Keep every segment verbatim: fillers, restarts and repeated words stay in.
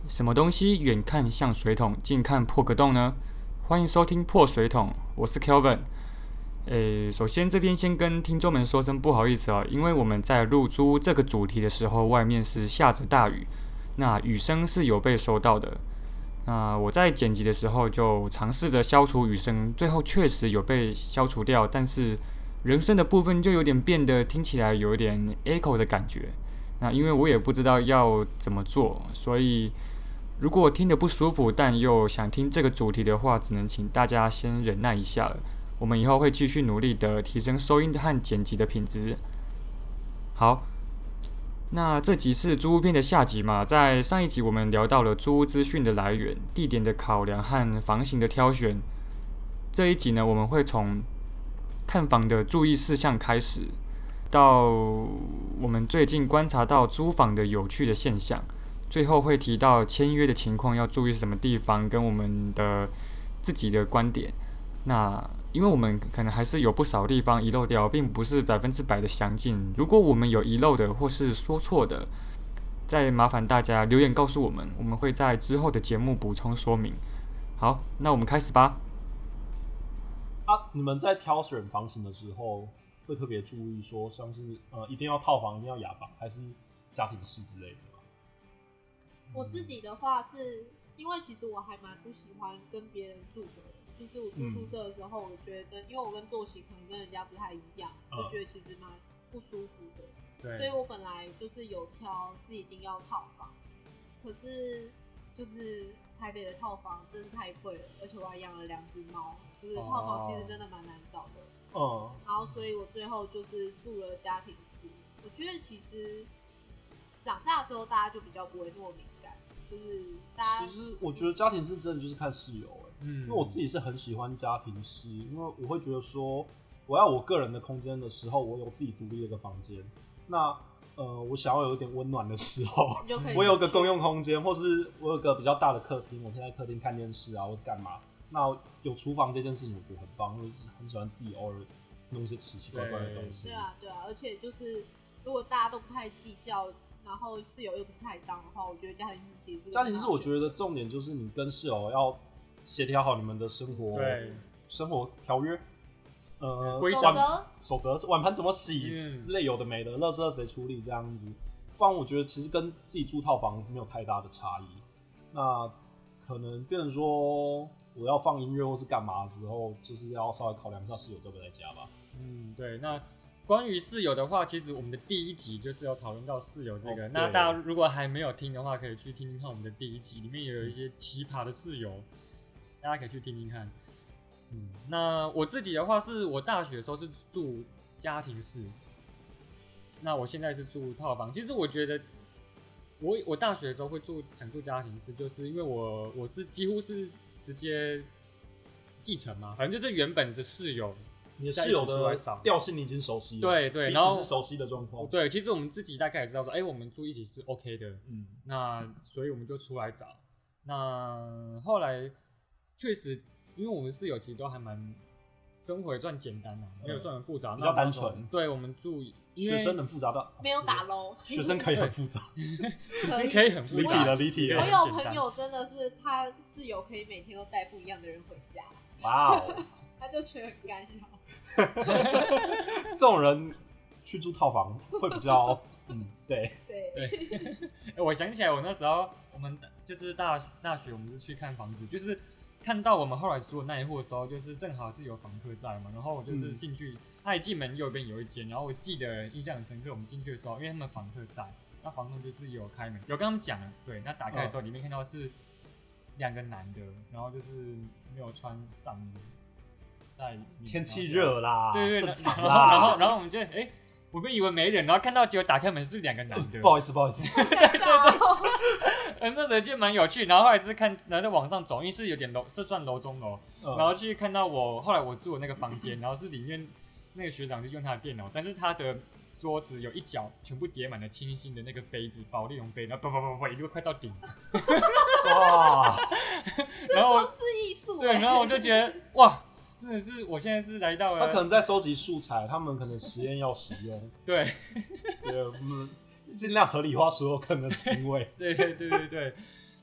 什么东西远看像水桶，近看破个洞呢？欢迎收听破水桶，我是 Kelvin。诶，首先这边先跟听众们说声不好意思哦，因为我们在录租这个主题的时候，外面是下着大雨，那雨声是有被收到的。那我在剪辑的时候就尝试着消除雨声，最后确实有被消除掉，但是人声的部分就有点变得听起来有点 echo 的感觉。那因为我也不知道要怎么做，所以如果听得不舒服，但又想听这个主题的话，只能请大家先忍耐一下了。我们以后会继续努力的提升收音和剪辑的品质。好，那这集是租屋篇的下集嘛，在上一集我们聊到了租屋资讯的来源、地点的考量和房型的挑选。这一集呢，我们会从看房的注意事项开始，到我们最近观察到租房的有趣的现象，最后会提到签约的情况要注意什么地方，跟我们的自己的观点。那因为我们可能还是有不少地方遗漏掉，并不是百分之百的详尽。如果我们有遗漏的或是说错的，再麻烦大家留言告诉我们，我们会在之后的节目补充说明。好，那我们开始吧。 啊，你们在挑选房型的时候，会特别注意说，像是呃，一定要套房，一定要雅房，还是家庭式之类的吗？ 我自己的话是，因为其实我还蛮不喜欢跟别人住的。就是我住宿舍的时候，我觉得跟因为我跟作息可能跟人家不太一样，就觉得其实蛮不舒服的。 对， 所以我本来就是有挑是一定要套房，可是就是台北的套房真是太贵了，而且我还养了两只猫，就是套房其实真的蛮难找的。 嗯， 然后所以我最后就是住了家庭式。我觉得其实长大之后大家就比较不会那么敏感，就是大家其实我觉得家庭式真的就是看室友。 嗯， 因为我自己是很喜欢家庭式，因为我会觉得说，我要我个人的空间的时候，我有自己独立的一个房间。那呃，我想要有一点温暖的时候，我有个公用空间，或是我有个比较大的客厅，我可以在客厅看电视啊，或者干嘛。那有厨房这件事情，我觉得很棒，因为很喜欢自己偶尔弄一些奇奇怪怪的东西。 对啊，对啊，而且就是如果大家都不太计较，然后室友又不是太脏的话，我觉得家庭式其实是家庭式，我觉得重点就是你跟室友要协调好你们的生活生活条约，呃， 守则守则是碗盘怎么洗、嗯、之类有的没的，垃圾谁处理这样子。不然我觉得其实跟自己住套房没有太大的差异。那可能变成说我要放音乐或是干嘛的时候，就是要稍微考量一下室友在不在家吧。 嗯，对。那关于室友的话，其实我们的第一集就是有讨论到室友这个。 哦、 那大家如果还没有听的话，可以去听听看我们的第一集，里面也有一些奇葩的室友。大家可以去听听看。嗯，那我自己的话，是我大学的时候是住家庭式，那我现在是住套房。其实我觉得我，我大学的时候会住想住家庭式，就是因为我我是几乎是直接继承嘛，反正就是原本的室友， 你的室友的调性你已经熟悉了， 对对，然后彼此是熟悉的状况。 对，其实我们自己大概也知道说，哎、欸，我们住一起是 OK 的， 嗯， 那所以我们就出来找。那后来。确实，因为我们室友其实都还蛮生活也算简单的、啊，没有算很复杂， 比较单纯。 对，我们住学生很复杂的， 没有打楼， 学生可以很复杂， 学生可以很复杂。 离题了，离题了。 我有朋友真的是他室友可以每天都带不一样的人回家， 哇哦， 他就觉得很干扰。 这种人去住套房会比较，嗯，对对对。欸、我想起来，我那时候我们就是大大学，我们是去看房子，就是。看到我们后来住的那一户的时候，就是正好是有房客在嘛，然后我就是进去，他一进门右边有一间，然后我记得印象很深刻，我们进去的时候，因为他们房客在，那房东就是有开门，有跟他们讲，对，那打开的时候，里面看到是两个男的，然后就是没有穿上衣，在天气热啦， 对对对， 正常啦，然后然后我们就哎。欸我们以为没人，然后看到结果打开门是两个男的。 不好意思，不好意思。 对对对， 嗯，那时候就蛮有趣。然后后来是看，然后在往上走，因为是有点楼，是算楼中楼。嗯、然后去看到我后来我住的那个房间，然后是里面那个学长就用他的电脑，但是他的桌子有一角全部叠满了清新的那个杯子，保丽龙杯，然后不不不不，一路快到顶。 哇！ 然后装置艺术。 对，然后我就觉得哇。真的是，我现在是来到了。 他可能在收集素材，他们可能实验要使用。 对， 对，我们尽量合理化所有可能的行为。 对对对对对。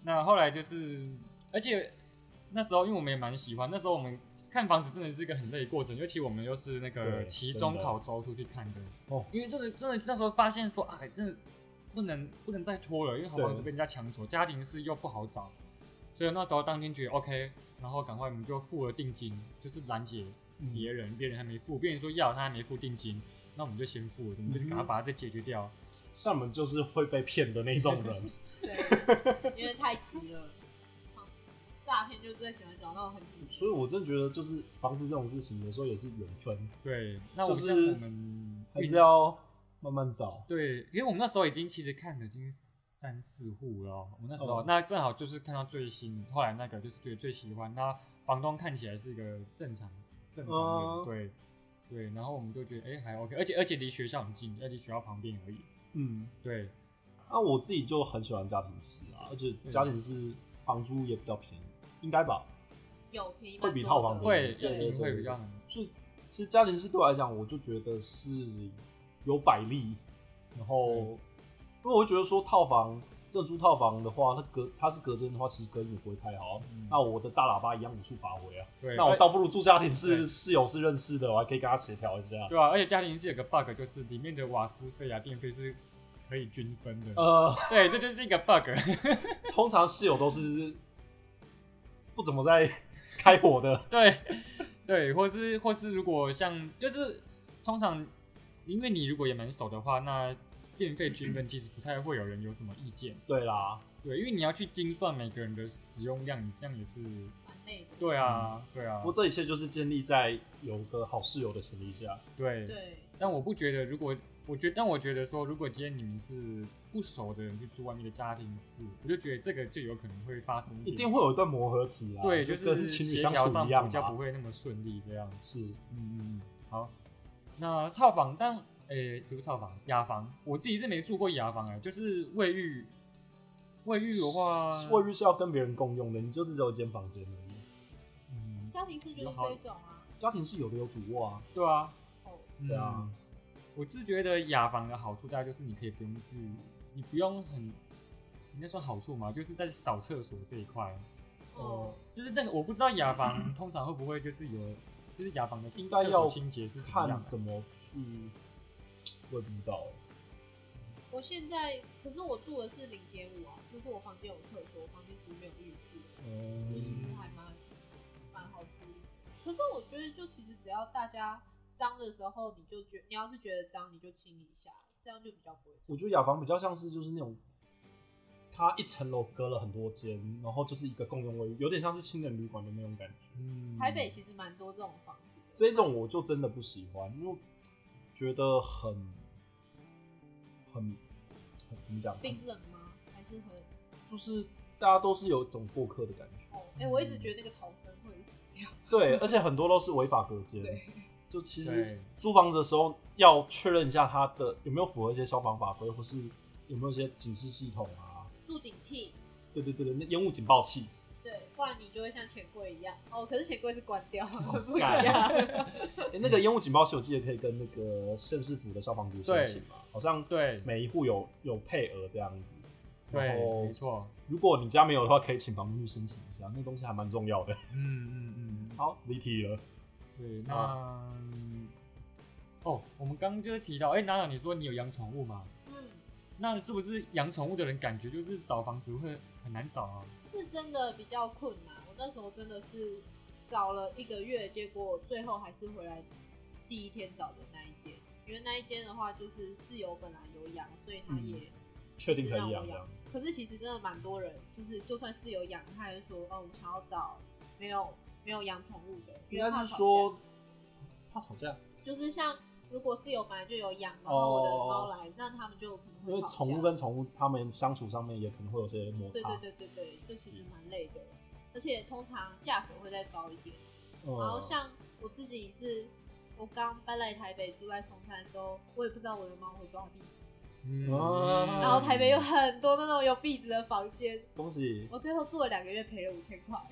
那后来就是，而且那时候因为我们也蛮喜欢，那时候我们看房子真的是一个很累的过程，尤其我们又是那个期中考周出去看的哦，因为真的真的那时候发现说，哎，真的不能不能再拖了，因为好房子被人家抢走，家庭式又不好找，所以那时候当天觉得 OK， 然后赶快我们就付了定金，就是拦截别人，别、嗯、人还没付，别人说要他还没付定金，那我们就先付了，我们就是赶快把它再解决掉。 像我们就是会被骗的那种人， 对，因为太急了，诈骗就最喜欢找那种很急。 所以我真的觉得，就是房子这种事情，有时候也是缘分。 对，那我就是我们还是要慢慢找。 对，因为我们那时候已经其实看了已经三四户了、喔，我们那时候、哦、那正好就是看到最新，后来那个就是觉得最喜欢，那房东看起来是一个正常正常人，哦、对对，然后我们就觉得哎、欸、还 OK， 而且而且离学校很近，要离学校旁边而已。嗯，对。 那、啊、我自己就很喜欢家庭式啊，而且家庭式房租也比较便宜，应该吧？ 有便宜， 会比套房会一定会比较难。 所以其实家庭式对我来讲，我就觉得是有百利。然后，因为我会觉得说套房，这租套房的话，它隔它是隔间的话，其实隔音也不会太好。嗯、那我的大喇叭一样无处发挥啊。对，那我倒不如住家庭式，室友是认识的，我还可以跟他协调一下。 对啊，而且家庭式有个 bug， 就是里面的瓦斯费啊、电费是可以均分的。呃，对，这就是一个 bug。 通常室友都是不怎么在开火的。 对，对，或是或是如果像就是通常，因为你如果也蛮熟的话，那电费均分其实不太会有人有什么意见。 对啦， 对，因为你要去精算每个人的使用量，你这样也是蛮累的。 对啊，嗯、对啊。 不过这一切就是建立在有个好室友的前提下。 对对。 但我不觉得，如果我觉得，但我觉得说，如果今天你们是不熟的人去住外面的家庭式，我就觉得这个就有可能会发生一点， 一定会有一段磨合期啦。 对，就是跟情侣相处一样， 比较不会那么顺利这样。 是， 嗯嗯嗯。好，那套房，但诶、欸，不是套房，雅房，我自己是没住过雅房哎、欸，就是卫浴，卫浴的话， 卫浴是要跟别人共用的，你就是只有一间房间而已。 嗯，家庭式就是这种啊。 家庭式有的有主卧啊。 对啊。 哦。 对啊。嗯， 我是觉得雅房的好处大概就是你可以不用去，你不用很，应该算好处嘛，就是在扫厕所这一块。哦。就是那个我不知道雅房通常会不会就是有，就是雅房的厕所清洁是怎么样的？ 看怎么去，我也不知道。 我现在可是我住的是零点五啊，就是我房间有厕所，我房间只是没有浴室，嗯，所以其实还蛮蛮好处理。可是我觉得就其实只要大家脏的时候，你就觉你要是觉得脏，你就清理一下，这样就比较不会。 我觉得雅房比较像是就是那种，它一层楼隔了很多间，然后就是一个共用卫浴，有点像是青年旅馆的那种感觉。 嗯，台北其实蛮多这种房子的。 这种我就真的不喜欢，因为觉得很很很怎么讲？ 冰冷吗？还是很就是大家都是有一种过客的感觉。 哦，哎、欸，我一直觉得那个逃生会死掉。 对，而且很多都是违法隔间。对。就其实租房子的时候要确认一下它的有没有符合一些消防法规，或是有没有一些警示系统啊， 助警器， 对对对对，那烟雾警报器， 对，不然你就会像钱柜一样哦。可是钱柜是关掉，哦、不一样。 欸、那个烟雾警报器我记得可以跟那个县市府的消防局申请嘛，好像对每一户有有配额这样子。 对，没错。 如果你家没有的话，可以请房东去申请一下，那个东西还蛮重要的。 嗯嗯嗯。 好，离题了。 对，那、啊、哦，我们刚刚就是提到，哎、欸，娜娜，你说你有养宠物吗？ 嗯， 那是不是养宠物的人感觉就是找房子会很难找啊？ 是真的比较困难。我那时候真的是找了一个月，结果最后还是回来第一天找的那一间，因为那一间的话就是室友本来有养，所以他也确、嗯、定可以养养。 可是其实真的蛮多人，就是就算室友养，他还是说，哦，我想要找没有。没有养宠物的， 应该是说怕吵架， 就是像如果室友本来就有养，然后我的猫来，哦、那他们就可能会吵架。 因为宠物跟宠物他们相处上面也可能会有些摩擦。 对对对对对，就其实蛮累的，而且通常价格会再高一点。嗯、然后像我自己是，我刚搬来台北住在松山的时候，我也不知道我的猫会抓壁纸。嗯，然后台北有很多那种有壁纸的房间， 恭喜！ 我最后住了两个月，赔了五千块。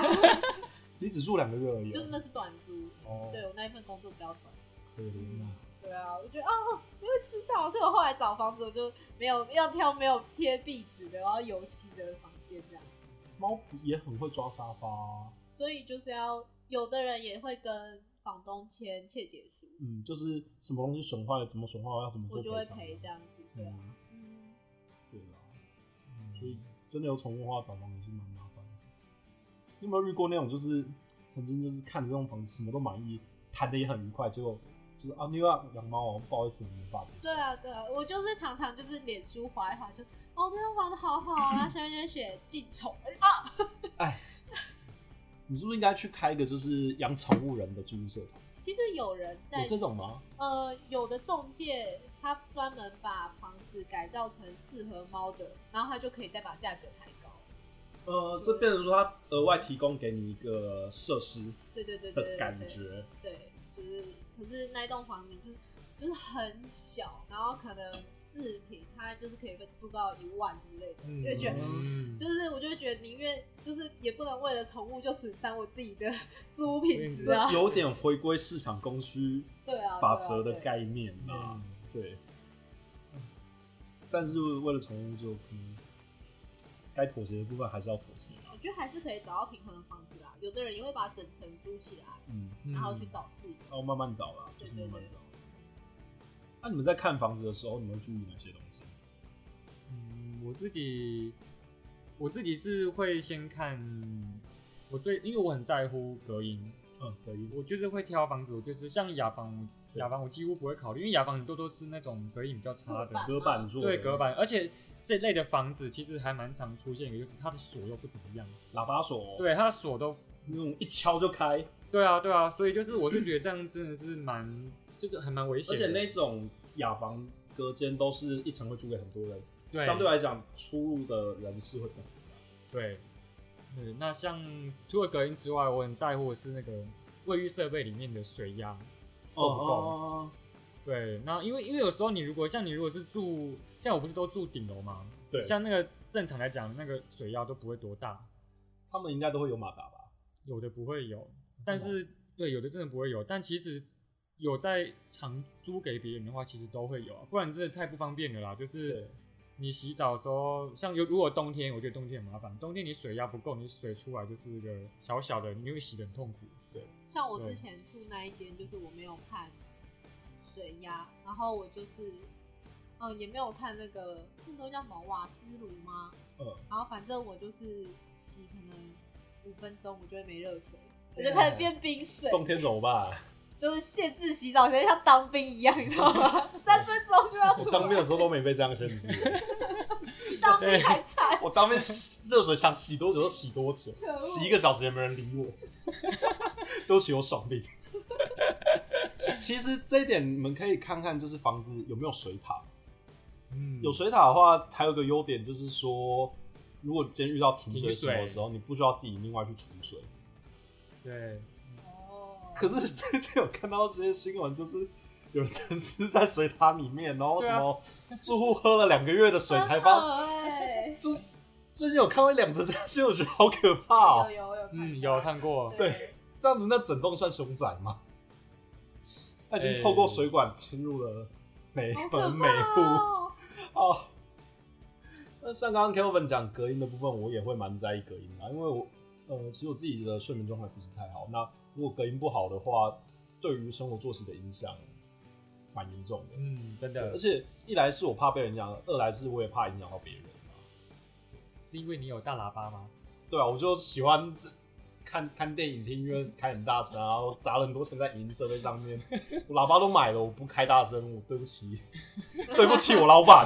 你只住两个月而已、啊， 就是那是短租。哦，对我那一份工作比较短。 可怜啊！ 对啊，我觉得哦，谁会知道？所以我后来找房子，我就没有要挑没有贴壁纸的，然后油漆的房间这样子。 猫也很会抓沙发、啊， 所以就是要有的人也会跟房东签切结书， 嗯，就是什么东西损坏了，怎么损坏要怎么做我就会赔偿赔这样子，对啊，嗯， 嗯对啦、嗯，所以真的有宠物的话，找房也是蛮麻烦的。你有没有遇过那种就是曾经就是看着这种房子什么都满意，谈的也很愉快，结果就是啊，你要养猫哦，不好意思，我没办法接受。 对啊，对啊，我就是常常就是脸书滑一滑就，哦，这栋房子好好啊，然后下面就写禁宠啊， 哎，你是不是应该去开一个就是养宠物人的注册社团？ 其实有人在有这种吗？ 呃，有的中介他专门把房子改造成适合猫的，然后他就可以再把价格抬高。 呃，这变成说他额外提供给你一个设施， 对对对对的感觉， 对，就是可是那一栋房子就是就是很小，然后可能四坪，它就是可以被租到一万之类的， 嗯、 就会觉得、 嗯、 就是我就会觉得宁愿就是也不能为了宠物就损伤我自己的租屋品质啊， 有点回归市场供需法则的概念啊， 啊，对。但是为了宠物就可能该妥协的部分还是要妥协。 我觉得还是可以找到平衡的房子啦。有的人也会把整层租起来，嗯，然后去找室友， 然后慢慢找啦，就是慢慢找。那、啊、你们在看房子的时候，你们会注意哪些东西？ 嗯，我自己，我自己是会先看，我最因为我很在乎隔音， 嗯，隔音， 我就是会挑房子，我就是像雅房，雅房我几乎不会考虑，因为雅房很多都是那种隔音比较差的隔板做， 对，隔板，而且这类的房子其实还蛮常出现一个，就是它的锁又不怎么样， 喇叭锁， 对，它的锁都那种一敲就开， 对啊，对啊，所以就是我是觉得这样真的是蛮。就是还蛮危险的， 而且那种雅房隔间都是一层会租给很多人， 对， 相对来讲出入的人事会比较复杂。 对，对，那像除了隔音之外，我很在乎的是那个卫浴设备里面的水压够不够。哦，对，那因为因为有时候你如果像你如果是住，像我不是都住顶楼吗？ 对， 像那个正常来讲，那个水压都不会多大， 他们应该都会有马达吧？ 有的不会有，但是、嗯、对，有的真的不会有，但其实。有在长租给别人的话，其实都会有啊，不然真的太不方便了啦。就是你洗澡的时候，像有如果冬天，我觉得冬天很麻烦。冬天你水压不够，你水出来就是一个小小的，你会洗得很痛苦。对， 像我之前住那一间，就是我没有看水压，然后我就是，嗯，也没有看那个那东西叫什么瓦斯炉吗？嗯，然后反正我就是洗可能五分钟，我就会没热水，我就开始变冰水。 冬天怎么办？ 就是限制洗澡，像当兵一样，你知道吗？三分钟就要出来。 我当兵的时候都没被这样限制， 当兵还惨。 我当兵热水想洗多久就洗多久，洗一个小时也没人理我，都洗我爽病。其实这一点你们可以看看，就是房子有没有水塔。嗯，有水塔的话，还有一个优点就是说，如果今天遇到停水什么的时候，你不需要自己另外去储水。 对。 可是最近有看到这些新闻，就是有沉尸在水塔里面，然后什么住户喝了两个月的水才发现，就是最近有看到一两则这样新闻，我觉得好可怕哦、 喔。有有有， 嗯，有看过。 对，这样子那整栋算凶宅吗？他已经透过水管侵入了每门每户哦。那像刚刚 Kelvin 讲隔音的部分，我也会蛮在意隔音的，因为我呃，其实我自己的睡眠状态不是太好，那如果隔音不好的话，对于生活作息的影响蛮严重的。 嗯，真的。 而且一来是我怕被人讲，二来是我也怕影响到别人。 是因为你有大喇叭吗？ 对啊，我就喜欢看看电影，听音乐开很大声，然后砸了很多钱在影音设备上面。我喇叭都买了，我不开大声，我对不起，对不起我老板。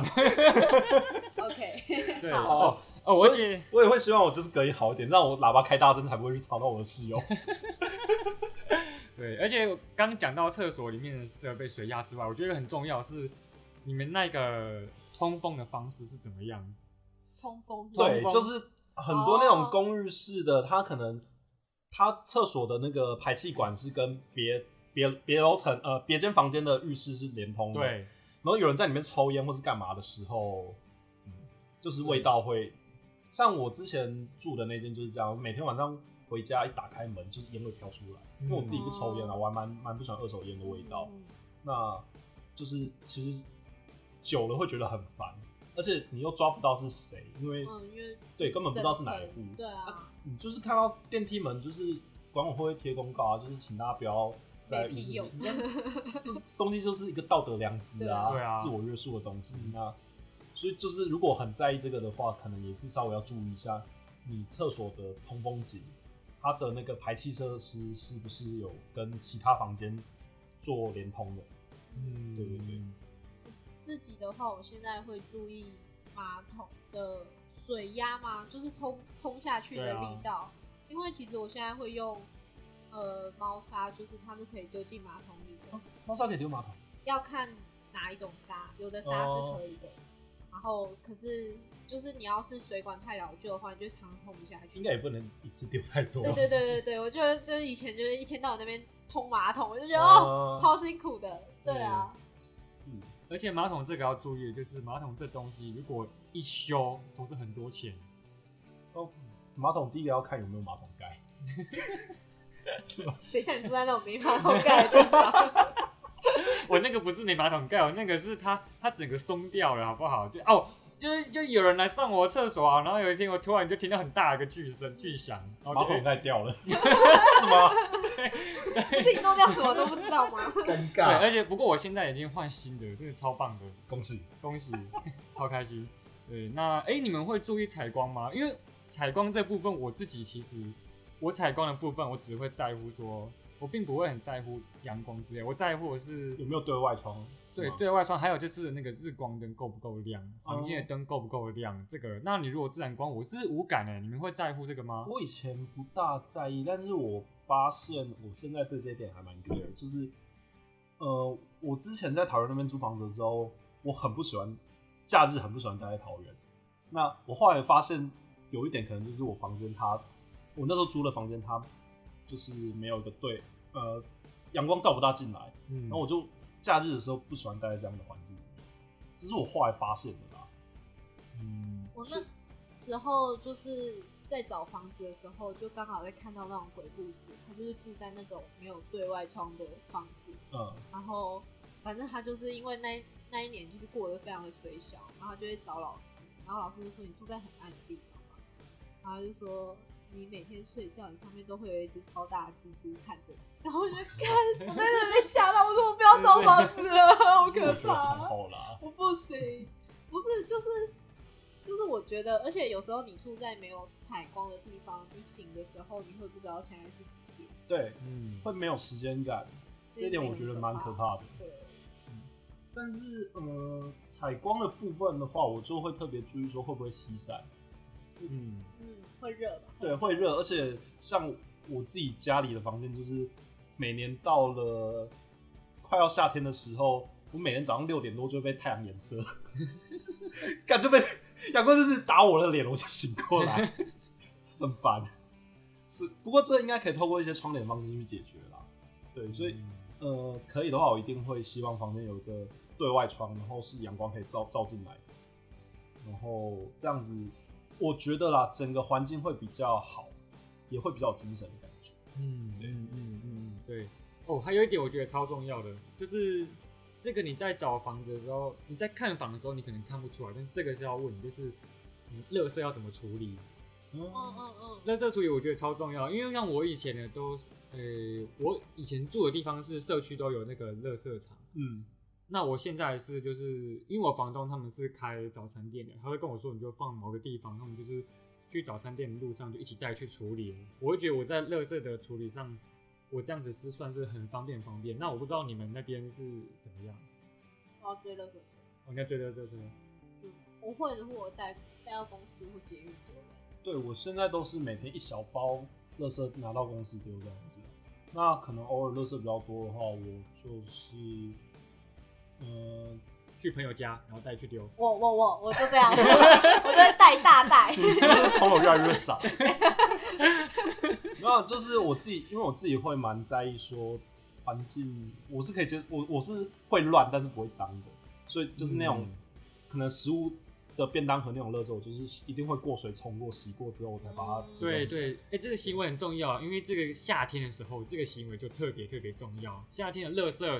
OK， 对， 好。哦，我也我也会希望我就是隔音好一点，让我喇叭开大声才不会去吵到我的室友。 对，而且刚讲到厕所里面的设备水压之外，我觉得很重要的是你们那个通风的方式是怎么样？ 通风， 对，就是很多那种公寓式的，它可能它厕所的那个排气管是跟别别别楼层呃别间房间的浴室是连通的， 对。 然后有人在里面抽烟或是干嘛的时候，嗯，就是味道会。像我之前住的那间就是这样，每天晚上回家一打开门就是烟味飘出来，因为我自己不抽烟啊，我还蛮蛮不喜欢二手烟的味道。 那就是其实久了会觉得很烦，而且你又抓不到是谁，因为、 嗯、因为对根本不知道是哪一户。 对啊， 啊，你就是看到电梯门，就是管委会会贴公告啊，就是请大家不要在浴室。这东西就是一个道德良知啊， 对啊， 自我约束的东西。那所以就是如果很在意这个的话，可能也是稍微要注意一下你厕所的通风井，它的那个排气设施是不是有跟其他房间做连通的。嗯，对对对。 自己的话，我现在会注意马桶的水压嘛，就是冲冲下去的力道、啊，因为其实我现在会用呃猫砂，就是它是可以丢进马桶里的。 猫、啊、砂可以丢马桶？ 要看哪一种砂，有的砂是可以的。哦、然后可是就是你要是水管太老旧的话，你就常常冲不下去。 应该也不能一次丢太多。 对对对对对，我觉得就是以前就是一天到晚那边通马桶，我就觉得哦、呃、超辛苦的。对啊。 是。而且马桶这个要注意，就是马桶这东西如果一修都是很多钱。 哦，马桶第一个要看有没有马桶盖。 谁像你住在那种没马桶盖的地方？ 我那个不是没马桶盖，我那个是它它整个松掉了，好不好？就哦，就是就有人来上我的厕所啊，然后有一天我突然就听到很大一个巨声巨响，然后马桶盖掉了，是吗？ 自己弄掉什么都不知道吗？ 尴尬。 对，而且不过我现在已经换新的，真的超棒的， 恭喜恭喜，超开心。对，那哎、欸，你们会注意采光吗？因为采光这部分，我自己其实我采光的部分，我只会在乎说。我并不会很在乎阳光之类，我在乎的是有没有对外窗。 对，对外窗，还有就是那个日光灯够不够亮，房间的灯够不够亮。哦、这个，那你如果自然光，我是无感哎，你们会在乎这个吗？ 我以前不大在意，但是我发现我现在对这一点还蛮 care， 就是，呃，我之前在桃园那边租房子的时候，我很不喜欢假日，很不喜欢待在桃园。那我后来发现有一点可能就是我房间它，我那时候租的房间它就是没有一个对。呃，阳光照不大进来，嗯，然后我就假日的时候不喜欢待在这样的环境里面，这是我后来发现的啦。 嗯，我那时候就是在找房子的时候，就刚好在看到那种鬼故事，他就是住在那种没有对外窗的房子，嗯，然后反正他就是因为那那一年就是过得非常的衰小，然后他就会找老师，然后老师就说你住在很暗的地方嘛，然后他就说。你每天睡觉，你上面都会有一只超大的蜘蛛看着你，然后我就看，我在那里被吓到，我说我不要找房子了，好可怕！我不行，不是，就是就是我觉得，而且有时候你住在没有采光的地方，你醒的时候你会不知道现在是几点， 对，嗯，会没有时间感，这一点我觉得蛮可怕的。 对， 嗯，但是呃，采光的部分的话，我就会特别注意说会不会西晒。 嗯嗯，会热吧？ 对，会热，而且像我自己家里的房间，就是每年到了快要夏天的时候，我每天早上六点多就会被太阳眼射，感觉被阳光就是打我的脸，我就醒过来，很烦。是，不过这应该可以透过一些窗帘的方式去解决啦。对，所以、嗯、呃，可以的话，我一定会希望房间有一个对外窗，然后是阳光可以照照进来，然后这样子。我觉得啦，整个环境会比较好，也会比较有精神的感觉。 嗯，对，嗯嗯嗯，对。哦，还有一点我觉得超重要的，就是这个你在找房子的时候，你在看房的时候，你可能看不出来，但是这个是要问你，就是你垃圾要怎么处理？ 嗯嗯嗯， 垃圾处理我觉得超重要，因为像我以前呢，都呃，我以前住的地方是社区都有那个垃圾场，嗯。那我现在是就是因为我房东他们是开早餐店的，他会跟我说你就放某个地方，他们就是去早餐店的路上就一起带去处理。我会觉得我在垃圾的处理上，我这样子是算是很方便方便。那我不知道你们那边是怎么样？ 我要追垃圾车， 我应该追垃圾车。 就我会的，或者带带到公司或捷运丢的。 对，我现在都是每天一小包垃圾拿到公司丢这样子。那可能偶尔垃圾比较多的话，我就是。 嗯，去朋友家，然后带去丢。 我我我我就这样，我就会带大袋。 你是不是朋友越来越少？没有，就是我自己，因为我自己会蛮在意说环境，我是可以接，我我是会乱，但是不会脏的，所以就是那种、嗯、可能食物的便当盒那种垃圾，我就是一定会过水冲过、洗过之后，我才把它。 对对，哎、欸，这个行为很重要，因为这个夏天的时候，这个行为就特别特别重要。夏天的垃圾。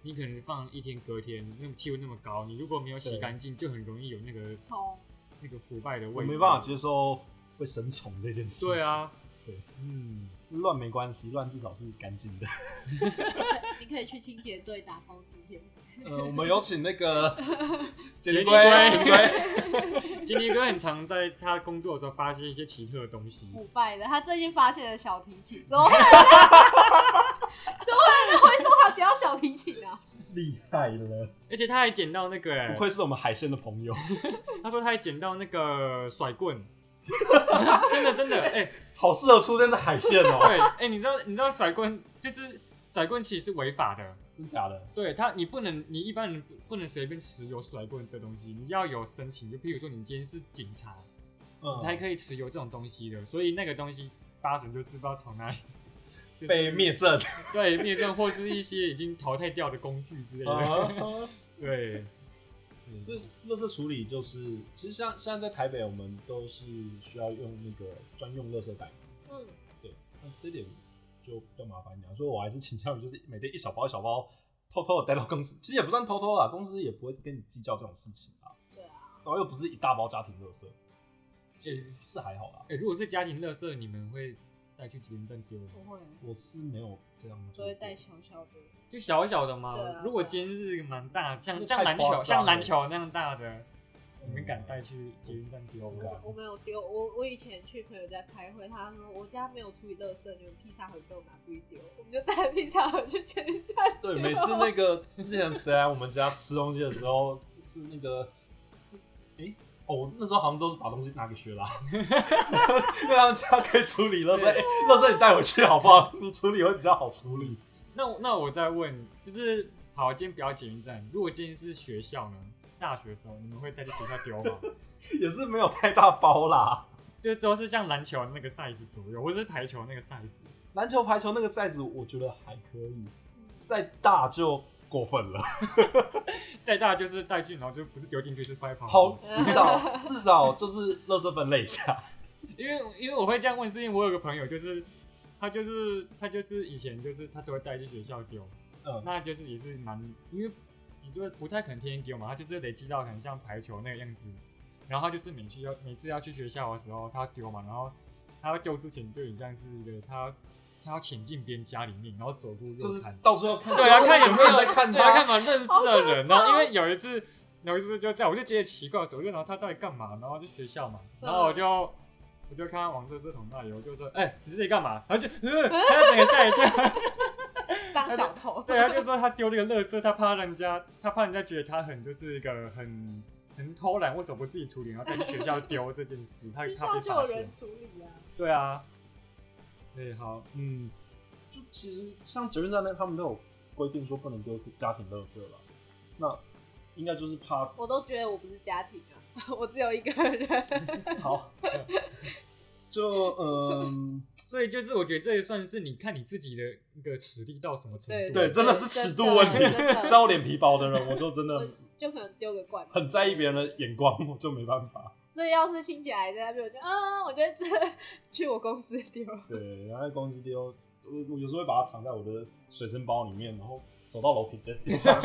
你可能放一天隔天，那么气温那么高，你如果没有洗干净，就很容易有那个虫， 那个腐败的味道。 我没办法接受会生虫这件事情。 对啊， 对，嗯，乱没关系，乱至少是干净的。 你可以去清洁队打工几天。 呃，我们有请那个杰尼龟， 杰尼龟， 杰尼龟很常在他工作的时候发现一些奇特的东西， 腐败的。他最近发现了小提琴，怎么会有人？怎么会有人会说他捡到小提琴啊？ 厉害了！ 而且他还捡到那个、欸， 不愧是我们海鲜的朋友。 他说他还捡到那个甩棍，真的真的，哎、欸， 好适合出现在海鲜哦、喔。 对，哎、欸，你知道你知道甩棍就是甩棍其实是违法的。 真假的？ 对他，你不能，你一般人不能随便持有甩棍这东西，你要有申请。就譬如说，你今天是警察，嗯、你才可以持有这种东西的。所以那个东西八成就是不知道从哪里、就是、 被灭证， 对，灭证或是一些已经淘汰掉的工具之类的。uh-huh. 对， 就垃圾处理就是，其实像现在在台北，我们都是需要用那个专用垃圾袋。嗯，对，那这点就比较麻烦一点，所以我还是倾向于就是每天一小包一小包偷偷的带到公司，其实也不算偷偷啦，公司也不会跟你计较这种事情啦。 对啊， 然后又不是一大包家庭垃圾， 欸、 是还好啦。 欸、如果是家庭垃圾，你们会带去捷运站丢吗？ 不会， 我是没有这样做， 所以带小小的， 就小小的嘛。 啊、 如果今天是蛮大，像像篮球像篮球那样大的。你们敢带去捷运站丢吗？ 我没有丢，我我以前去朋友家开会，他说我家没有处理垃圾，你们披萨盒给我拿出去丢，我们就带披萨盒去捷运站丢。 对，每次那个之前谁来我们家吃东西的时候，是那个，哎、欸，哦，我那时候好像都是把东西拿给薛拉，因为他们家可以处理垃圾，哎、欸，垃圾你带回去好不好？你处理会比较好处理。 那那我再问，就是好，今天不要捷运站，如果今天是学校呢？大学的时候，你们会带去学校丢吗？ 也是没有太大包啦， 就都是像篮球那个 size 左右，或者是排球那个 size。 篮球、排球那个 size 我觉得还可以，再大就过分了。 再大就是带去，然后就不是丢进去，是放在旁边。 好，至少至少就是垃圾分类一下。 因为因为我会这样问，是因为我有个朋友，就是他就是他就是以前就是他都会带去学校丢，嗯，那就是也是蛮因为。你就不太可能天天丢嘛，他就是累积到可能像排球那个样子，然后他就是每次要每次要去学校的时候，他丢嘛，然后他要丢之前就很像是一个他他要潜进别人家里面，然后走过右就是看， 到处要看， 对啊，看有没有在看他， 对啊，看嘛认识的人，然后因为有一次有一次就这样，我就觉得奇怪，走右，然后他到底干嘛？然后就学校嘛，然后我就我就看他往垃圾桶那里，我就说，哎、欸，你这里干嘛？然后就呃，他整个吓一跳。 当小偷， 对，他就说他丢那个垃圾，他怕人家，他怕人家觉得他很就是一个很很偷懒，为什么不自己处理，然后带去学校丢这件事，他他被发现。 就有人处理啊。 对啊，对，好， 嗯，就其实像捷运站那，他们都有规定说不能丢家庭垃圾了，那应该就是怕。 我都觉得我不是家庭啊，我只有一个人。 好，就嗯。 所以就是我觉得这也算是你看你自己的一个实力到什么程度， 对，对对真的是尺度问题。像我脸皮薄的人，我就真的就可能丢个罐， 很在意别人的眼光，我就没办法。 所以要是亲戚来在那边，我就啊，我觉得这去我公司丢。对， 然后在公司丢，我我有时候会把它藏在我的随身包里面，然后走到楼梯间丢下去。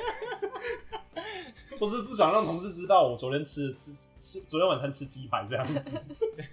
或是不想让同事知道我昨天吃吃吃昨天晚餐吃鸡排这样子。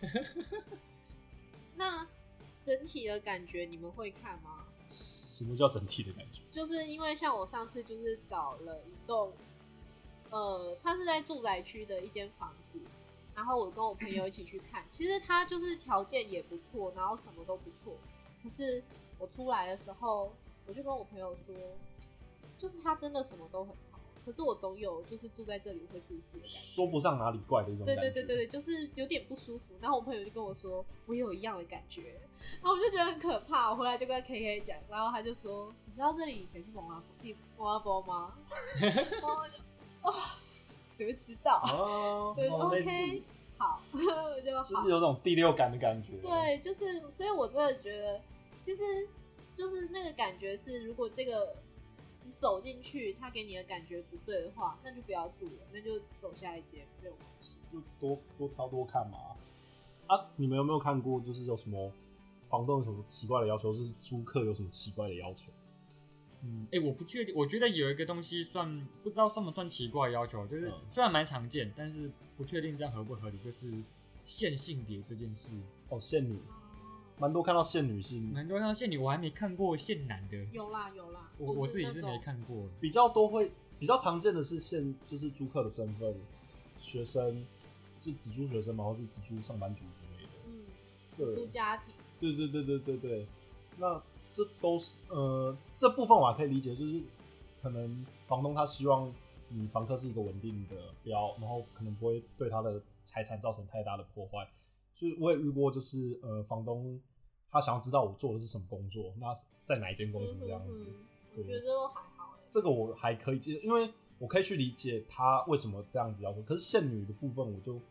那整体的感觉你们会看吗？ 什么叫整体的感觉？ 就是因为像我上次就是找了一栋，呃，它是在住宅区的一间房子，然后我跟我朋友一起去看，其实它就是条件也不错，然后什么都不错。可是我出来的时候，我就跟我朋友说，就是它真的什么都很好，可是我总有就是住在这里会出事的感觉， 说不上哪里怪的一种感觉。 对对对对对，就是有点不舒服。然后我朋友就跟我说，我也有一样的感觉，然后我就觉得很可怕。我回来就跟 K K 讲，然后他就说，你知道这里以前是蒙阿蒙阿波吗？然后我就哦，谁会知道？ 哦， 对、 哦、 ，OK， 好，我就好就是有种第六感的感觉。 对，就是，所以我真的觉得，其实就是那个感觉是，如果这个你走进去，他给你的感觉不对的话，那就不要住了，那就走下一间没有关系， 就多多挑多看嘛。啊，你们有没有看过？就是有什么房东有什么奇怪的要求，是租客有什么奇怪的要求？ 嗯，哎、欸，我不确定，我觉得有一个东西算不知道算不算奇怪的要求，就是虽然蛮常见，但是不确定这样合不合理，就是限性别这件事。 哦，限女，蛮多看到限女是， 蛮多看到限女，我还没看过限男的。 有啦有啦， 我我自己是没看过。 比较多会比较常见的是限，就是租客的身份，学生是只租学生吗？或是只租上班族之类的？ 嗯，只租家庭。对对对对对对，那。这都是呃，这部分我还可以理解，就是可能房东他希望你房客是一个稳定的标，然后可能不会对他的财产造成太大的破坏。所以我也遇过，就是呃，房东他想要知道我做的是什么工作，那在哪一间公司这样子。 嗯嗯嗯、我觉得这都还好、欸。 这个我还可以接受，因为我可以去理解他为什么这样子要求。可是限女的部分，我就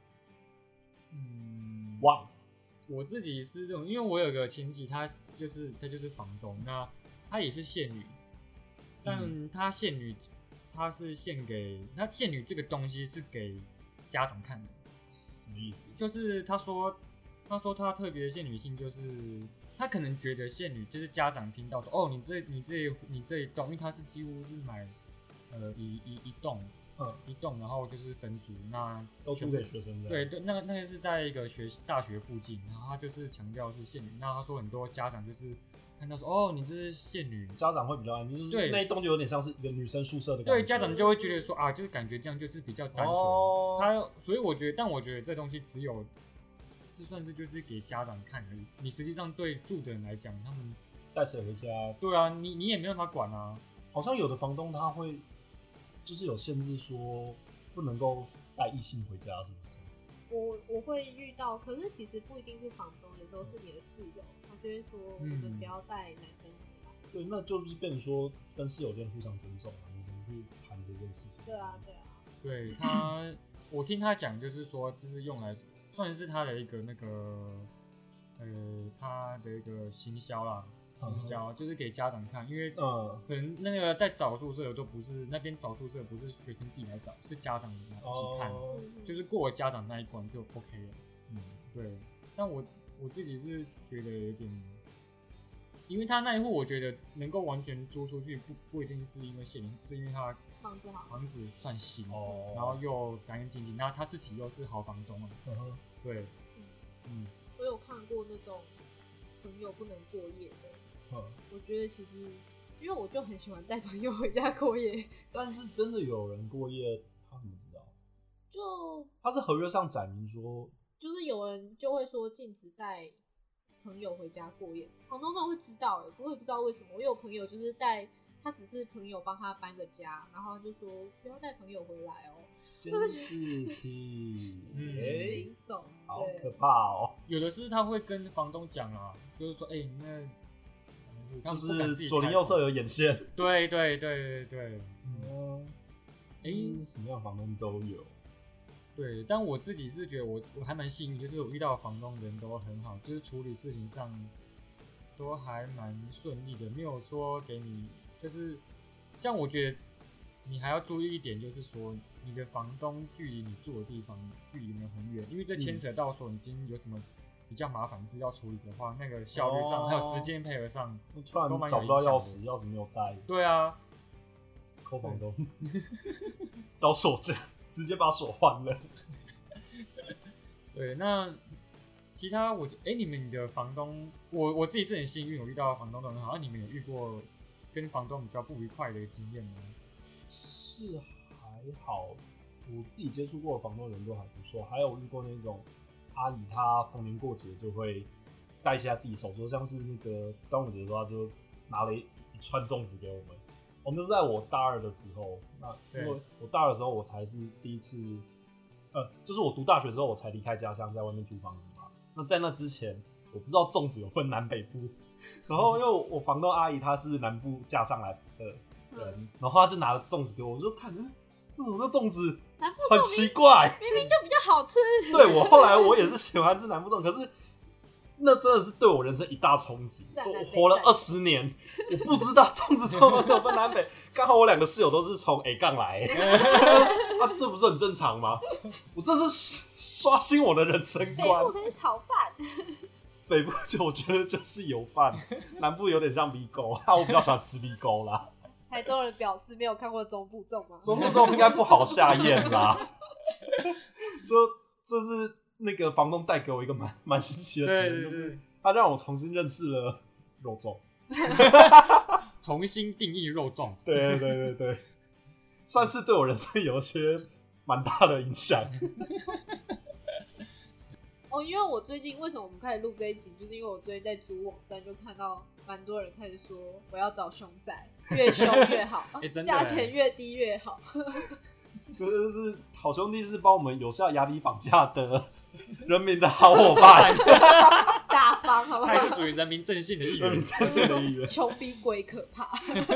嗯 ，why？ 我自己是这种，因为我有个亲戚，他就是他就是房东，那他也是限女，但他限女，他是献给那限女这个东西是给家长看的， 什么意思？ 就是他说他说他特别的限女性，就是他可能觉得限女就是家长听到说哦，你这你这你这一栋，因为他是几乎是买呃一一一栋。嗯，一栋，然后就是分租，那都租给学生的。 对对，那个那个是在一个学大学附近，然后他就是强调是限女。那他说很多家长就是看到说，哦，你这是限女， 家长会比较安心，就是那一栋就有点像是一个女生宿舍的感觉。 对，家长就会觉得说啊，就是感觉这样就是比较单纯。哦、他所以我觉得，但我觉得这东西只有是算是就是给家长看而已。你实际上对住的人来讲，他们带谁回家？ 对啊，你你也没办法管啊。 好像有的房东他会。就是有限制说不能够带异性回家，是不是？ 我我会遇到，可是其实不一定是房东，有时候是你的室友，他就会说你们不要带男生回来。 对，那就是变成说跟室友间互相尊重啊，你怎么去谈这件事情？ 对啊，对啊。 对他，我听他讲，就是说这是用来算是他的一个那个呃，他的一个行销啦。行销就是给家长看，因为可能那个在找宿舍的都不是那边找宿舍，不是学生自己来找，是家长一起看，哦、就是过了家长那一关就 OK 了。嗯，对。但我我自己是觉得有点，因为他那一户我觉得能够完全租出去，不不一定是因为限龄，是因为他房子好， 房子算新， 哦、 然后又干干净净，然后他自己又是好房东啊。 嗯哼， 对，嗯， 我有看过那种朋友不能过夜的。 嗯、 我觉得其实，因为我就很喜欢带朋友回家过夜， 但是真的有人过夜，他怎么知道？ 就他是合约上载明说， 就是有人就会说禁止带朋友回家过夜，房东真的会知道哎、欸，我也不知道为什么。我有朋友就是带他，只是朋友帮他搬个家，然后他就说不要带朋友回来哦、喔。 监视器， 嗯，惊悚， 好可怕哦。 有的是他会跟房东讲啊，就是说，哎、欸，那。 就是左邻右舍有眼线， 对对对对对， 嗯，哎、欸，什么样的房东都有， 对，但我自己是觉得我我还蛮幸运，就是我遇到的房东人都很好，就是处理事情上都还蛮顺利的，没有说给你就是像我觉得你还要注意一点，就是说你的房东距离你住的地方距离没有很远，因为这牵扯到说已经有什么。比较麻烦事要处理的话，那个效率上、哦、还有时间配合上， 突然找不到钥匙，钥匙没有带。 对啊， 扣房东，找锁匠，直接把锁换了。 对，那其他我哎、欸，你们的房东，我我自己是很幸运，我遇到的房东都很好。那你们有遇过跟房东比较不愉快的经验吗？ 是还好，我自己接触过的房东人都还不错，还有遇过那种。阿姨她逢年过节就会带一下自己手作，像是那个端午节的时候，她就拿了一串粽子给我们。我们是在我大二的时候，那因为我大二的时候我才是第一次，呃，就是我读大学之后我才离开家乡，在外面租房子嘛。那在那之前，我不知道粽子有分南北部，然后因为我房东阿姨她是南部嫁上来的人，嗯、然后她就拿了粽子给我，我就看，嗯，为什么这粽子？很奇怪， 明明就比较好吃。 对，我后来我也是喜欢吃南部粽，可是那真的是对我人生一大冲击。我活了二十年，我不知道粽子怎么有分南北。刚好我两个室友都是从 A 杠来，啊，这不是很正常吗？我这是刷新我的人生观。 北部才是炒饭， 北部就我觉得就是油饭，南部有点像米糕啊，我比较喜欢吃米糕啦。 台中人表示没有看过中部粽吗？ 中部粽应该不好下咽啦。就这是那个房东带给我一个蛮蛮新奇的体验，就是他让我重新认识了肉粽， 重新定义肉粽。 对对对对对，算是对我人生有一些蛮大的影响。 哦，因为我最近为什么我们开始录这一集，就是因为我最近在租网站就看到蛮多人开始说我要找凶宅，越凶越好，价钱、欸、越低越好。 这就是好兄弟，是帮我们有效压低房价的人民的好伙伴， 大方好不好？ 他是属于人民阵线的一员， 人民阵线的一员。 穷比鬼可怕，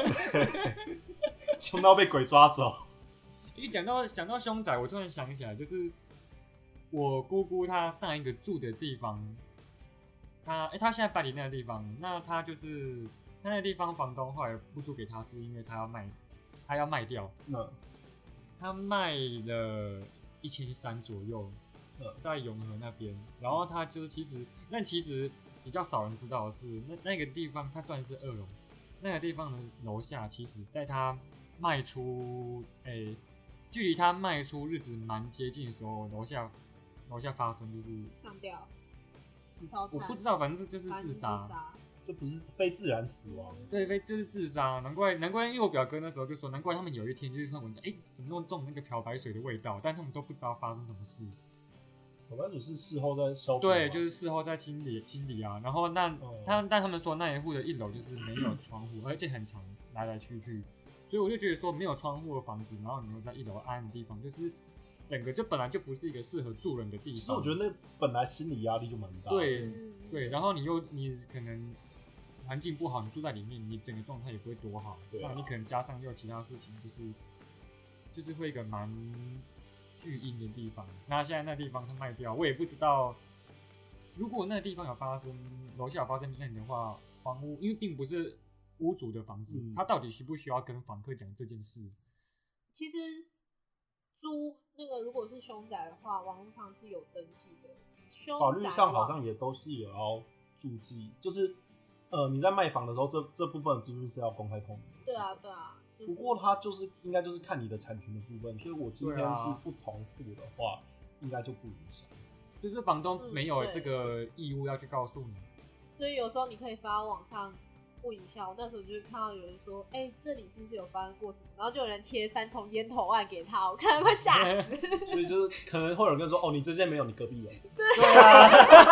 穷到被鬼抓走。 一讲到讲到凶宅，我突然想起来，就是我姑姑她上一个住的地方，她哎、欸，她现在搬离那个地方，那她就是她那个地方房东后来不租给她，是因为她要卖，她要卖掉。 嗯。 他卖了一千三左右，在永和那边。然后他就是其实，那其实比较少人知道的是，那那个地方它算是二楼，那个地方的楼下，其实在他卖出，哎、欸，距离他卖出日子蛮接近的时候，楼下楼下发生就是上吊， 是我不知道，反正就是自杀。 就不是非自然死亡， 对，非就是自杀，难怪难怪，因为我表哥那时候就说，难怪他们有一天就是突然闻到，哎、欸，怎么那么重那个漂白水的味道，但他们都不知道发生什么事。 漂白水是事后在消毒， 对，就是事后在清理清理啊。然后那、哦、他但他们说那一户的一楼就是没有窗户，而且很长，来来去去，所以我就觉得说没有窗户的房子，然后你又在一楼暗的地方，就是整个就本来就不是一个适合住人的地方。 其实我觉得那本来心理压力就蛮大的。 对对，然后你又你可能。环境不好，你住在里面，你整个状态也不会多好。对、啊，那你可能加上又有其他事情，就是就是会一个蛮巨阴的地方。那现在那地方它卖掉，我也不知道，如果那个地方有发生楼下有发生命案的话，房屋因为并不是屋主的房子，嗯、他到底需不需要跟房客讲这件事？ 其实租那个如果是凶宅的话，网络上是有登记的， 法律上好像也都是有要注记，就是。呃，你在卖房的时候，这这部分的资讯是要公开透明的。 对啊，对啊。就是、 不过它就是应该就是看你的产权的部分，所以我今天是不同户的话，啊、应该就不影响。 就是房东没有这个义务要去告诉你。 嗯、所以有时候你可以发到网上问一下。我那时候就是看到有人说，哎、欸，这里是不是有发生过什么？然后就有人贴三重烟头案给他，我看到快吓死。 所以就是可能会有人跟说，哦，你这间没有，你隔壁有。 对啊。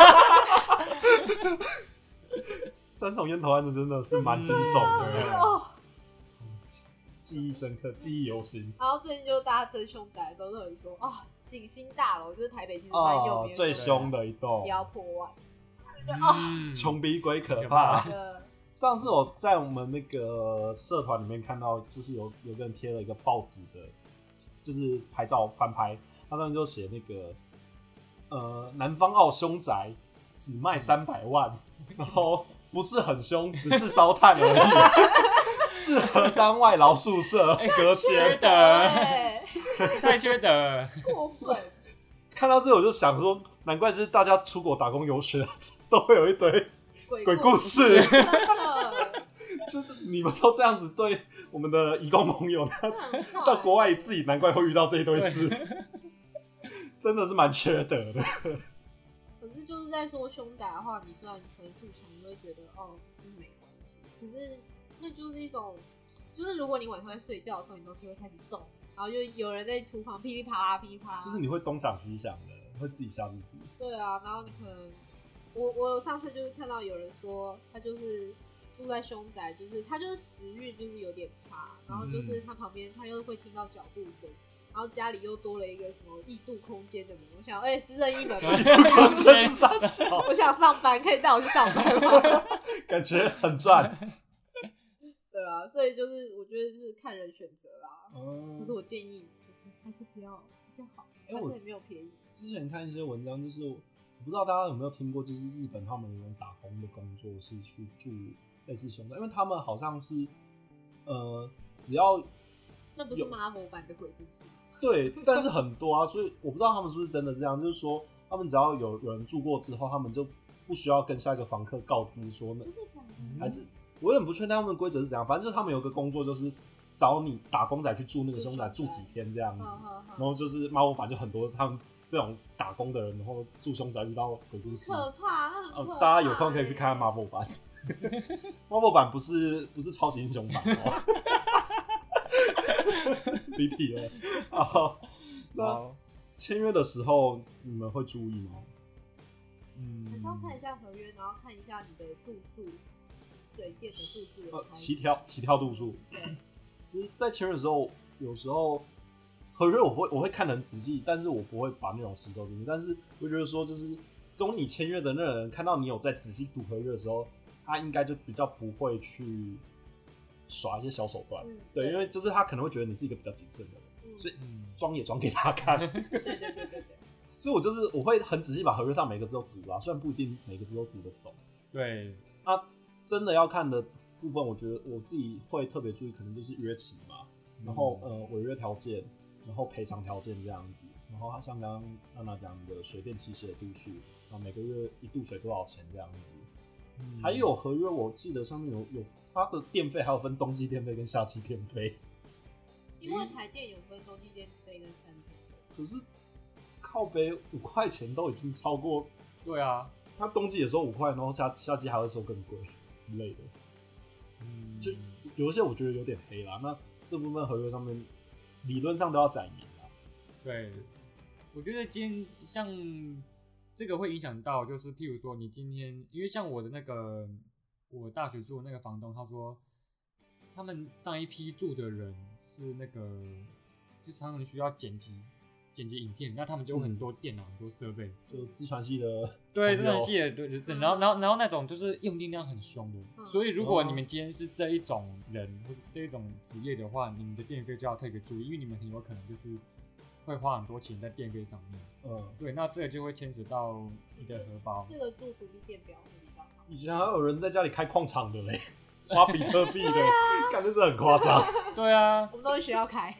三重烟头案的真的是蛮惊悚的， 哦、 记忆深刻，记忆犹新。 然后最近就大家争凶宅的时候，都有人说啊，景星大楼就是台北其实蛮有名的、 哦、最凶的一栋， 不要破万， 嗯，穷比鬼可怕。上次我在我们那个社团里面看到，就是有有个人贴了一个报纸的，就是拍照翻拍，他上面就写那个呃南方澳凶宅只卖三百万，然后。不是很凶，只是烧炭而已，适合当外劳宿舍隔间的，欸、太缺德， 过分。 看到这我就想说，难怪就是大家出国打工游学都会有一堆鬼故事， 真的， 就是你们都这样子对我们的移工朋友，到国外自己难怪会遇到这一堆事，真的是蛮缺德的。 可是就是在说凶宅的话，你虽然可能住墙，你会觉得哦，其实没关系。可是那就是一种，就是如果你晚上在睡觉的时候，你东西会开始动，然后就有人在厨房噼里啪啦噼里啪啦， 就是你会东想西想的，会自己吓自己。 对啊，然后你可能，我我上次就是看到有人说，他就是住在凶宅，就是他就是时运就是有点差，然后就是他旁边他又会听到脚步声。然后家里又多了一个什么异度空间的门，我想，哎、欸，是任意门吗？ 异度空间是啥小？ 我想上班，可以带我去上班吗？ 感觉很赚。 对啊，所以就是我觉得是看人选择啦。嗯。可是我建议就是还是不要比较好，反正也没有便宜。 之前看一些文章，就是我不知道大家有没有听过，就是日本他们有种打工的工作是去住类似凶宅，因为他们好像是呃只要。 那不是 Marvel 版的鬼故事吗？ 对，但是很多啊，所以我不知道他们是不是真的这样，就是说他们只要有有人住过之后，他们就不需要跟下一个房客告知说呢， 真的假的？ 还是我有点不确定他们的规则是怎样，反正就是他们有个工作，就是找你打工仔去住那个凶宅住几天这样子，然后就是妈祖版就很多他们这种打工的人，然后住凶宅遇到鬼故事， 可怕，很可怕、 呃。大家有空可以去看看妈祖版，妈祖版不是不是超级英雄版哦，离题了。好，那签约的时候你们会注意吗？ 嗯，还是要看一下合约，然后看一下你的度数，水电的度数。 呃，起跳起跳度数。其实，在签约的时候，有时候合约我会我会看得很仔细，但是我不会把内容吸收进去。但是我觉得说，就是跟你签约的那个人看到你有在仔细读合约的时候，他应该就比较不会去耍一些小手段。嗯、对，对，因为就是他可能会觉得你是一个比较谨慎的人，嗯、所以装也装给他看。 对对对对对。 所以我就是我会很仔细把合约上每个字都读啦，虽然不一定每个字都读得懂。 对， 那真的要看的部分，我觉得我自己会特别注意，可能就是约期嘛，然后、嗯、呃违约条件，然后赔偿条件这样子，然后像刚刚娜娜讲的水电气息的度数，然后每个月一度水多少钱这样子。嗯、还有合约，我记得上面有有它的电费，还有分冬季电费跟夏季电费。 因为台电有分冬季电费跟夏季电费。 可是靠北五块钱都已经超过。 对啊， 它冬季也收五块，然后夏夏季还会收更贵之类的。 嗯， 就有一些我觉得有点黑啦，那这部分合约上面理论上都要载明啦。 对，我觉得今天像这个会影响到，就是譬如说你今天，因为像我的那个我大学住的那个房东，他说他们上一批住的人是那个就常常需要剪辑剪辑影片，那他们就有很多电脑、嗯、很多设备， 就资传系的， 对，资传系的，对对对，然后然后然后那种就是用电量很凶的，嗯、所以如果你们今天是这一种人或者这一种职业的话，你们的电费就要特别注意，因为你们很有可能就是会花很多钱在电费上面。嗯，对，那这个就会牵扯到你的荷包。 这个住独立电表会比较好。 以前还有人在家里开矿场的嘞，花比特币的，感觉这很夸张。 对啊， 我们都在学校开。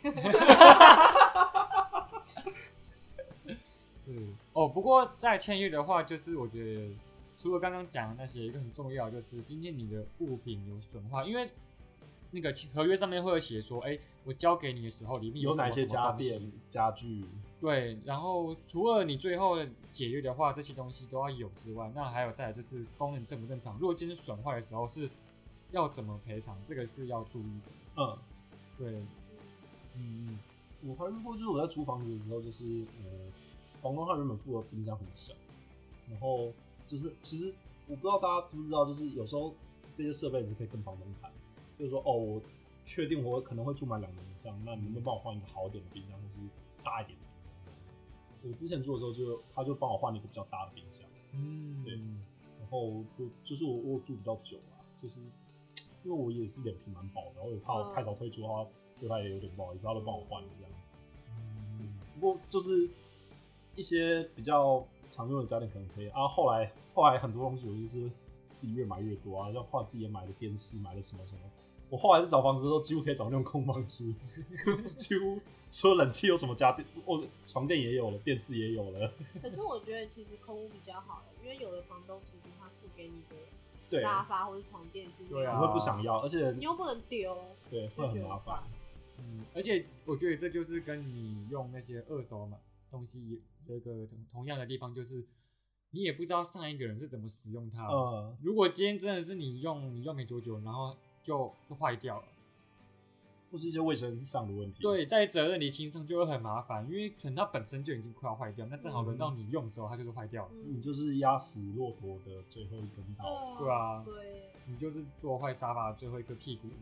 嗯，哦，不过在签约的话，就是我觉得除了刚刚讲的那些，一个很重要就是今天你的物品有损坏，因为那个合约上面会有写说，哎、欸，我交给你的时候里面 有, 有哪些家电、家具， 对，然后除了你最后解约的话，这些东西都要有之外，那还有再来就是功能正不正常，如果今天损坏的时候是要怎么赔偿，这个是要注意的。嗯，对， 嗯嗯，我还遇过，就是我在租房子的时候，就是呃。房东他原本付的冰箱很小，然后就是其实我不知道大家知不知道，就是有时候这些设备是可以跟房东谈，就是说哦，我确定我可能会住满两年以上，那你能不能帮我换一个好一点的冰箱，或是大一点的冰箱？我之前住的时候就他就帮我换了一个比较大的冰箱，嗯，对，然后就就是我我住比较久啊，就是因为我也是脸皮蛮薄的，然后也怕我太早退出的话，对他也有点不好意思，他都帮我换了这样子。嗯，不过就是。一些比较常用的家电可能可以啊，后来后来很多东西我就是自己越买越多啊，像后来自己也买了电视，买了什么什么。我后来是找房子的时候，几乎可以找那种空房租，几乎除了冷气有什么家电，哦，床垫也有了，电视也有了。 可是我觉得其实空屋比较好，因为有的房东其实他付给你的沙发或是床垫是， 对啊，你会不想要，而且你又不能丢， 对，会很麻烦。 嗯，而且我觉得这就是跟你用那些二手买东西有一个同样的地方，就是你也不知道上一个人是怎么使用它。嗯，如果今天真的是你用，你用没多久，然后就就坏掉了， 或是一些卫生上的问题。 对，在责任厘清上就会很麻烦，因为可能它本身就已经快要坏掉，那正好轮到你用的时候，它就是坏掉了。 嗯，你就是压死骆驼的最后一根稻草。 对啊，你就是做坏沙发的最后一个屁股。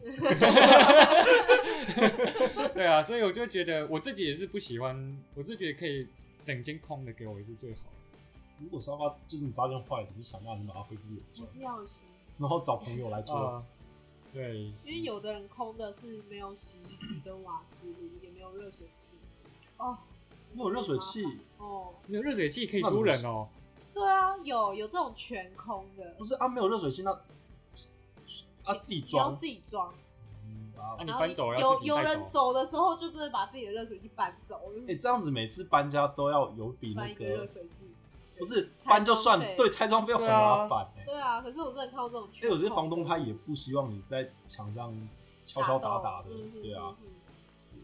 对啊，所以我就觉得我自己也是不喜欢，我是觉得可以整间空的给我也是最好的。 如果沙发就是你发现坏了，你想办法把它恢复原状， 还是要洗， 然后找朋友来做。 呃、对， 因为有的人空的是没有洗衣机跟瓦斯炉，也没有热水器。哦， 没有热水器哦， 没有热水器可以租人哦。 对啊，有有这种全空的。 不是啊，没有热水器那啊自己装， 要自己装。 啊、你搬走有有人走的时候，就真的把自己的热水器搬走。哎、 欸，这样子每次搬家都要有比那个热水器， 不是搬就算，对，拆装费很麻烦、欸。 对啊，可是我真的看过这种。 哎、欸，有些房东他也不希望你在墙上敲敲打打的， 嗯、 对啊。 嗯嗯、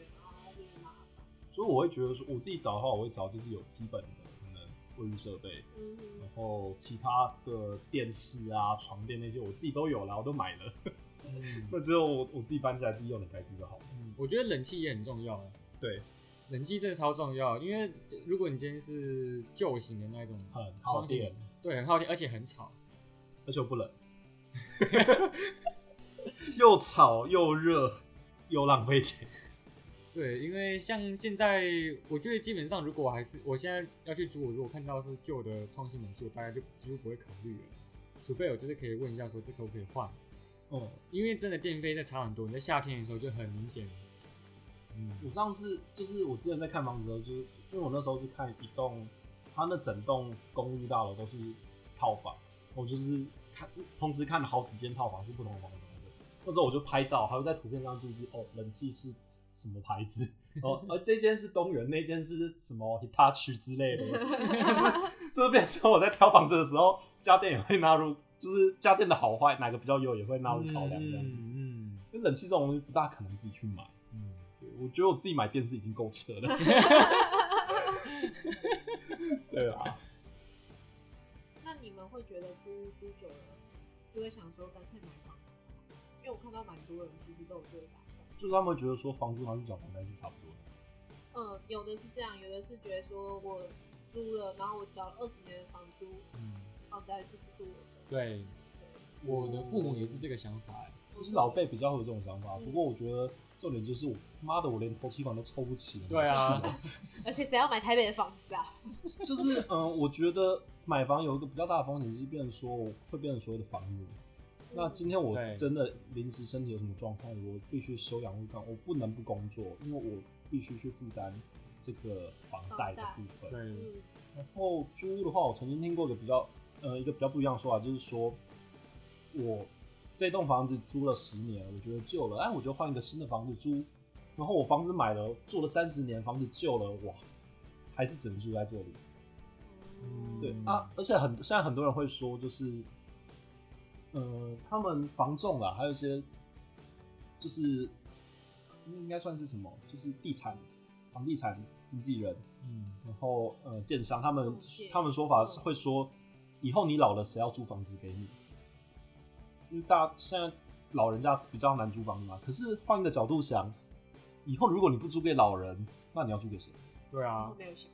所以我会觉得说，我自己找的话，我会找就是有基本的可能卫浴设备， 嗯、 然后其他的电视啊、床垫那些我自己都有啦，我都买了。嗯，那只有我我自己搬起来自己用的开心就好了。 嗯，我觉得冷气也很重要。 对， 冷气真的超重要，因为如果你今天是旧型的那种， 很耗电， 对，很耗电，而且很吵， 而且又不冷，又吵又热又浪费钱。 对，因为像现在，我觉得基本上，如果我还是我现在要去租，我如果看到是旧的窗型冷气，我大概就几乎不会考虑了，除非我就是可以问一下说这可不可以换。哦，因为真的电费在差很多，你在夏天的时候就很明显。 嗯，我上次就是我之前在看房子的时候，就是因为我那时候是看一栋，它那整栋公寓大楼都是套房，我就是看同时看了好几间套房是不同的房东的。那时候我就拍照，还会在图片上注记哦，冷气是什么牌子，哦，而这间是东元，那间是什么 Hitachi 之类的，就是这变成我在挑房子的时候，家电也会纳入。就是家电的好坏，哪个比较优也会纳入考量这样子。嗯，因为冷气这种东西不大可能自己去买。嗯，对，我觉得我自己买电视已经够扯了。对啊。 那你们会觉得租租久了，就会想说干脆买房子？因为我看到蛮多人其实都有这个打算。 就是他们会觉得说房租拿去缴房贷是差不多的。 嗯，有的是这样，有的是觉得说我租了，然后我缴了二十年的房租，嗯，房子还是不是我的。 对，我的父母也是这个想法， 就是老辈比较会有这种想法。嗯、不过我觉得重点就是我，妈的，我连头期款都抽不起了。 对啊， 而且谁要买台北的房子啊？ 就是嗯、呃，我觉得买房有一个比较大的风险，就是变成说会变成所谓的房奴。嗯、那今天我真的临时身体有什么状况，我必须休养日干，我不能不工作，因为我必须去负担这个房贷的部分。 对。 然后租屋的话，我曾经听过一个比较。呃，一个比较不一样的说法就是说，我这栋房子租了十年，我觉得旧了，哎，我就换一个新的房子租。然后我房子买了，住了三十年，房子旧了，哇，还是只能住在这里。嗯、对啊，而且很现在很多人会说，就是，呃，他们房仲啦，还有一些，就是应该算是什么，就是地产、房地产经纪人，嗯，然后呃，建商，他们他们说法是会说。以后你老了，谁要租房子给你？因为大家现在老人家比较难租房子嘛。可是换一个角度想，以后如果你不租给老人，那你要租给谁？ 对啊， 我没有想，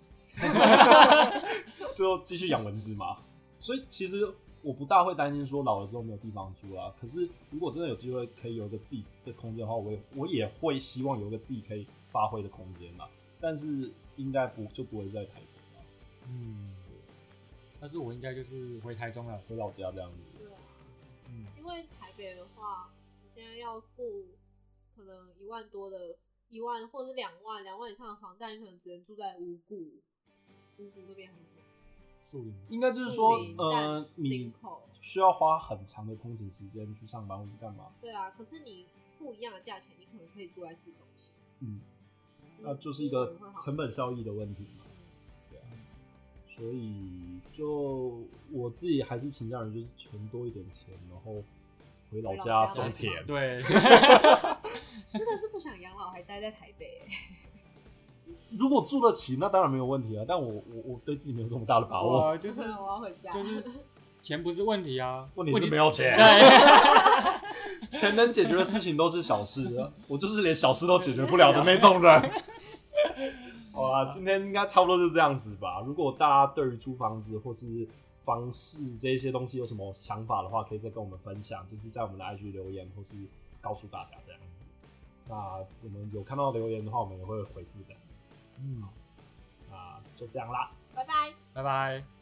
就继续养蚊子嘛。所以其实我不大会担心说老了之后没有地方租啊。可是如果真的有机会可以有一个自己的空间的话，我也我也会希望有一个自己可以发挥的空间嘛。但是应该不就不会在台北了。嗯。 但是我应该就是回台中了， 回老家这样子。 对啊，嗯，因为台北的话，你现在要付可能一万多的，一万或者是两万，两万以上的房贷，你可能只能住在五股，五股那边还是什么？ 树林。 应该就是说，呃，你需要花很长的通勤时间去上班或是干嘛？ 对啊，可是你付一样的价钱，你可能可以住在市中心。 嗯，那就是一个成本效益的问题嘛。所以，就我自己还是倾向于就是存多一点钱，然后回老家种田。 对， 真的是不想养老，还待在台北。 如果住得起，那当然没有问题啊。但我我我对自己没有这么大的把握。 就是我要回家， 就是钱不是问题啊， 问题是没有钱。钱能解决的事情都是小事，我就是连小事都解决不了的那种人。好啦，今天应该差不多就这样子吧。如果大家对于租房子或是房市这些东西有什么想法的话，可以再跟我们分享，就是在我们的 I G 留言，或是告诉大家这样子。那我们有看到留言的话，我们也会回复这样子。嗯，那就这样啦， 拜拜， 拜拜。